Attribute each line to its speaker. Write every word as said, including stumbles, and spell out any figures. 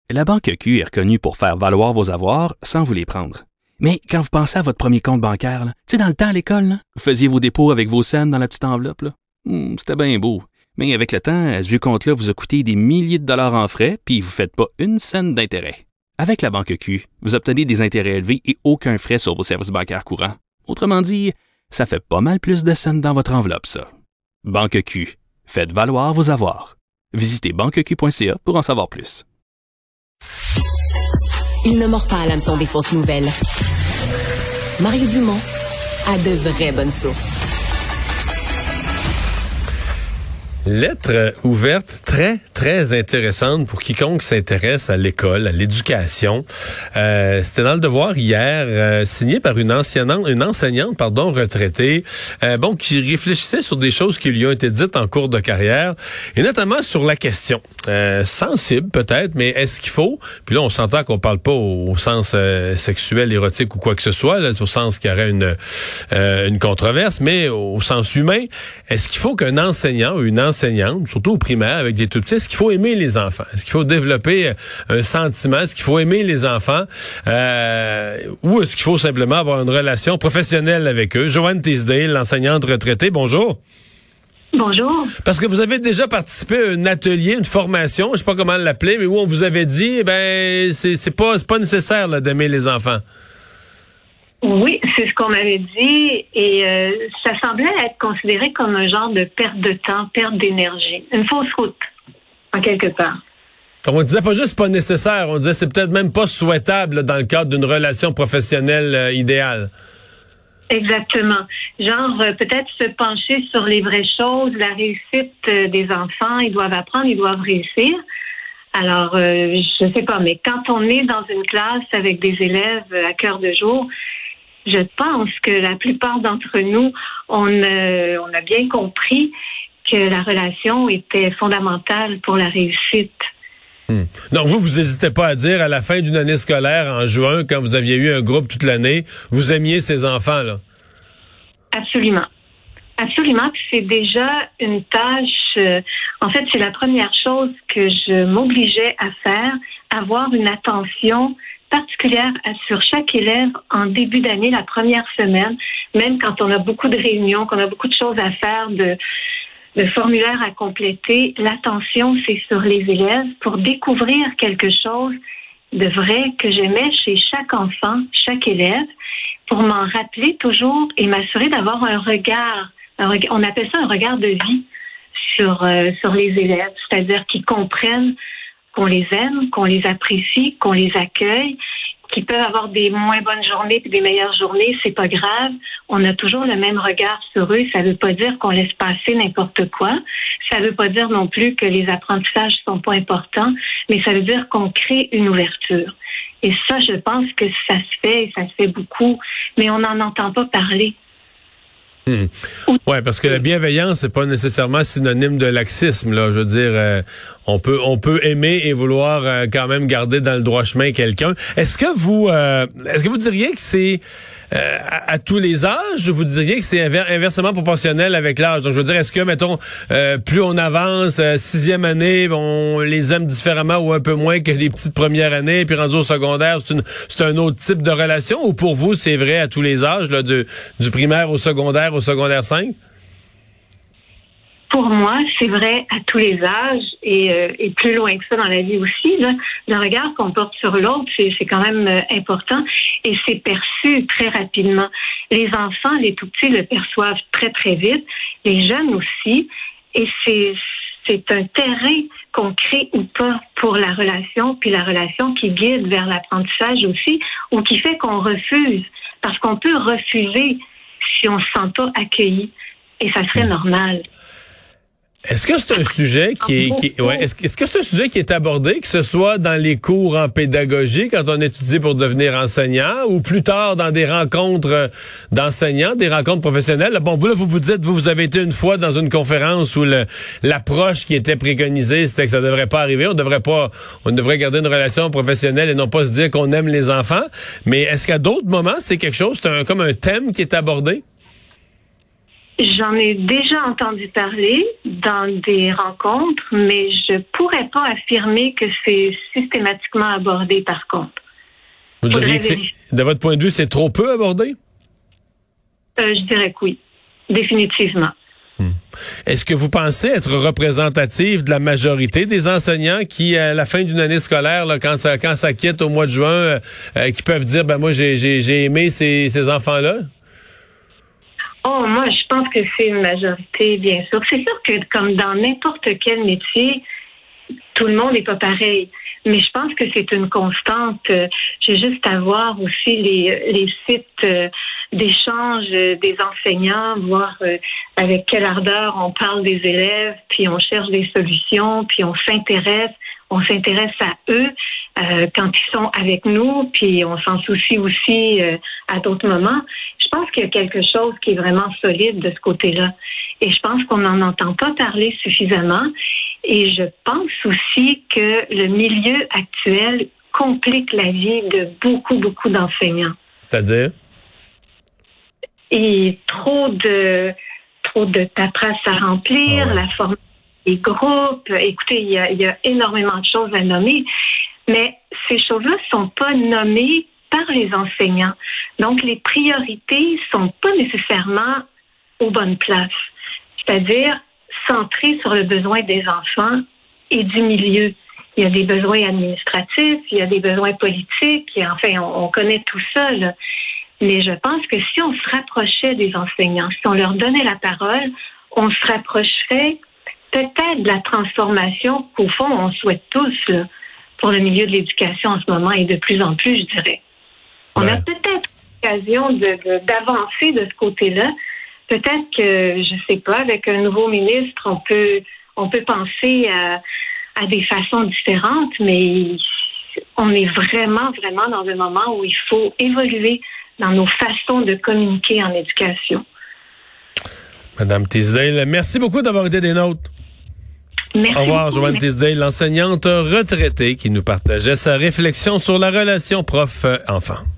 Speaker 1: La Banque Q est reconnue pour faire valoir vos avoirs sans vous les prendre. Mais quand vous pensez à votre premier compte bancaire, tu sais, dans le temps à l'école, là, vous faisiez vos dépôts avec vos scènes dans la petite enveloppe. Là. Hum, c'était bien beau. Mais avec le temps, à ce vieux compte-là vous a coûté des milliers de dollars en frais, puis vous ne faites pas une scène d'intérêt. Avec la Banque Q, vous obtenez des intérêts élevés et aucun frais sur vos services bancaires courants. Autrement dit, ça fait pas mal plus de scènes dans votre enveloppe, ça. Banque Q. Faites valoir vos avoirs. Visitez banque q point c a pour en savoir plus.
Speaker 2: Il ne mord pas à l'hameçon des fausses nouvelles. Mario Dumont a de vraies bonnes sources.
Speaker 3: Lettre ouverte très, très intéressante pour quiconque s'intéresse à l'école, à l'éducation. Euh, c'était dans Le Devoir hier, euh, signé par une ancienne, une enseignante, pardon, retraitée, euh, bon, qui réfléchissait sur des choses qui lui ont été dites en cours de carrière, et notamment sur la question, euh, sensible peut-être, mais est-ce qu'il faut, puis là on s'entend qu'on parle pas au, au sens euh, sexuel, érotique ou quoi que ce soit, là, au sens qu'il y aurait une, euh, une controverse, mais au sens humain, est-ce qu'il faut qu'un enseignant ou une enseignante enseignante, surtout au primaire, avec des tout petits, est-ce qu'il faut aimer les enfants? Est-ce qu'il faut développer un sentiment? Est-ce qu'il faut aimer les enfants? Euh, ou est-ce qu'il faut simplement avoir une relation professionnelle avec eux? Joanne Teasdale, l'enseignante retraitée, bonjour.
Speaker 4: Bonjour.
Speaker 3: Parce que vous avez déjà participé à un atelier, une formation, je sais pas comment l'appeler, mais où on vous avait dit, eh ben, c'est, c'est pas, c'est pas nécessaire là, d'aimer les enfants.
Speaker 4: Oui, c'est ce qu'on m'avait dit et euh, ça semblait être considéré comme un genre de perte de temps, perte d'énergie, une fausse route, en quelque part.
Speaker 3: On disait pas juste pas nécessaire, on disait c'est peut-être même pas souhaitable là, dans le cadre d'une relation professionnelle euh, idéale.
Speaker 4: Exactement. Genre, euh, peut-être se pencher sur les vraies choses, la réussite euh, des enfants, ils doivent apprendre, ils doivent réussir. Alors, euh, je sais pas, mais quand on est dans une classe avec des élèves à cœur de jour, je pense que la plupart d'entre nous, on, euh, on a bien compris que la relation était fondamentale pour la réussite.
Speaker 3: Hmm. Donc vous, vous n'hésitez pas à dire à la fin d'une année scolaire, en juin, quand vous aviez eu un groupe toute l'année, vous aimiez ces enfants-là?
Speaker 4: Absolument. Absolument. C'est déjà une tâche. Euh, en fait, c'est la première chose que je m'obligeais à faire, avoir une attention particulière sur chaque élève en début d'année, la première semaine, même quand on a beaucoup de réunions, qu'on a beaucoup de choses à faire, de, de formulaires à compléter. L'attention, c'est sur les élèves pour découvrir quelque chose de vrai que j'aimais chez chaque enfant, chaque élève, pour m'en rappeler toujours et m'assurer d'avoir un regard, un regard, on appelle ça un regard de vie sur, euh, sur les élèves, c'est-à-dire qu'ils comprennent qu'on les aime, qu'on les apprécie, qu'on les accueille, qu'ils peuvent avoir des moins bonnes journées puis des meilleures journées, c'est pas grave. On a toujours le même regard sur eux. Ça veut pas dire qu'on laisse passer n'importe quoi. Ça veut pas dire non plus que les apprentissages sont pas importants, mais ça veut dire qu'on crée une ouverture. Et ça, je pense que ça se fait, et ça se fait beaucoup, mais on n'en entend pas parler.
Speaker 3: Mmh. Ouais, parce que la bienveillance, c'est pas nécessairement synonyme de laxisme, là. Je veux dire, euh, on peut, on peut aimer et vouloir euh, quand même garder dans le droit chemin quelqu'un. Est-ce que vous, euh, est-ce que vous diriez que c'est euh, à, à tous les âges, vous diriez que c'est inver- inversement proportionnel avec l'âge? Donc, je veux dire, est-ce que, mettons, euh, plus on avance, euh, sixième année, on les aime différemment ou un peu moins que les petites premières années, puis rendu au secondaire, c'est, une, c'est un autre type de relation, ou pour vous, c'est vrai à tous les âges, là, de, du primaire au secondaire, au secondaire cinq?
Speaker 4: Pour moi, c'est vrai à tous les âges et, euh, et plus loin que ça dans la vie aussi. Là, le regard qu'on porte sur l'autre, c'est, c'est quand même euh, important et c'est perçu très rapidement. Les enfants, les tout-petits le perçoivent très, très vite. Les jeunes aussi. Et c'est, c'est un terrain qu'on crée ou pas pour la relation, puis la relation qui guide vers l'apprentissage aussi, ou qui fait qu'on refuse. Parce qu'on peut refuser si on ne se sent pas accueilli. Et ça serait normal.
Speaker 3: Est-ce que c'est un sujet qui est, qui, ouais, est-ce, est-ce que c'est un sujet qui est abordé, que ce soit dans les cours en pédagogie, quand on étudie pour devenir enseignant, ou plus tard dans des rencontres d'enseignants, des rencontres professionnelles? Bon, vous, là, vous vous dites, vous, vous avez été une fois dans une conférence où le, l'approche qui était préconisée, c'était que ça devrait pas arriver. On devrait pas, on devrait garder une relation professionnelle et non pas se dire qu'on aime les enfants. Mais est-ce qu'à d'autres moments, c'est quelque chose, c'est un, comme un thème qui est abordé?
Speaker 4: J'en ai déjà entendu parler dans des rencontres, mais je pourrais pas affirmer que c'est systématiquement abordé par contre.
Speaker 3: Vous diriez que, c'est, de votre point de vue, c'est trop peu abordé?
Speaker 4: Euh, je dirais que oui, définitivement.
Speaker 3: Hmm. Est-ce que vous pensez être représentative de la majorité des enseignants qui, à la fin d'une année scolaire, là, quand ça quand ça quitte au mois de juin, euh, euh, qui peuvent dire, ben moi, j'ai, j'ai, j'ai aimé ces, ces enfants-là?
Speaker 4: Oh, moi, je pense que c'est une majorité, bien sûr. C'est sûr que, comme dans n'importe quel métier, tout le monde n'est pas pareil. Mais je pense que c'est une constante. J'ai juste à voir aussi les, les sites euh, d'échange des enseignants, voir euh, avec quelle ardeur on parle des élèves, puis on cherche des solutions, puis on s'intéresse. On s'intéresse à eux euh, quand ils sont avec nous, puis on s'en soucie aussi euh, à d'autres moments. Je pense qu'il y a quelque chose qui est vraiment solide de ce côté-là. Et je pense qu'on n'en entend pas parler suffisamment. Et je pense aussi que le milieu actuel complique la vie de beaucoup, beaucoup d'enseignants.
Speaker 3: C'est-à-dire?
Speaker 4: Et trop de trop de paperasse à remplir, ah ouais. La formation des groupes. Écoutez, il y a, il y a énormément de choses à nommer, mais ces choses-là sont pas nommées par les enseignants. Donc, les priorités sont pas nécessairement aux bonnes places. C'est-à-dire centrées sur le besoin des enfants et du milieu. Il y a des besoins administratifs, il y a des besoins politiques, et enfin, on, on connaît tout ça, là. Mais je pense que si on se rapprochait des enseignants, si on leur donnait la parole, on se rapprocherait peut-être de la transformation qu'au fond, on souhaite tous là, pour le milieu de l'éducation en ce moment et de plus en plus, je dirais. On ouais. a peut-être l'occasion de, de, d'avancer de ce côté-là. Peut-être que, je sais pas, avec un nouveau ministre, on peut on peut penser à, à des façons différentes, mais on est vraiment, vraiment dans un moment où il faut évoluer dans nos façons de communiquer en éducation.
Speaker 3: Madame Teasdale, merci beaucoup d'avoir été des nôtres.
Speaker 4: Merci.
Speaker 3: Au revoir, Joanne Teasdale, l'enseignante retraitée qui nous partageait sa réflexion sur la relation prof-enfant.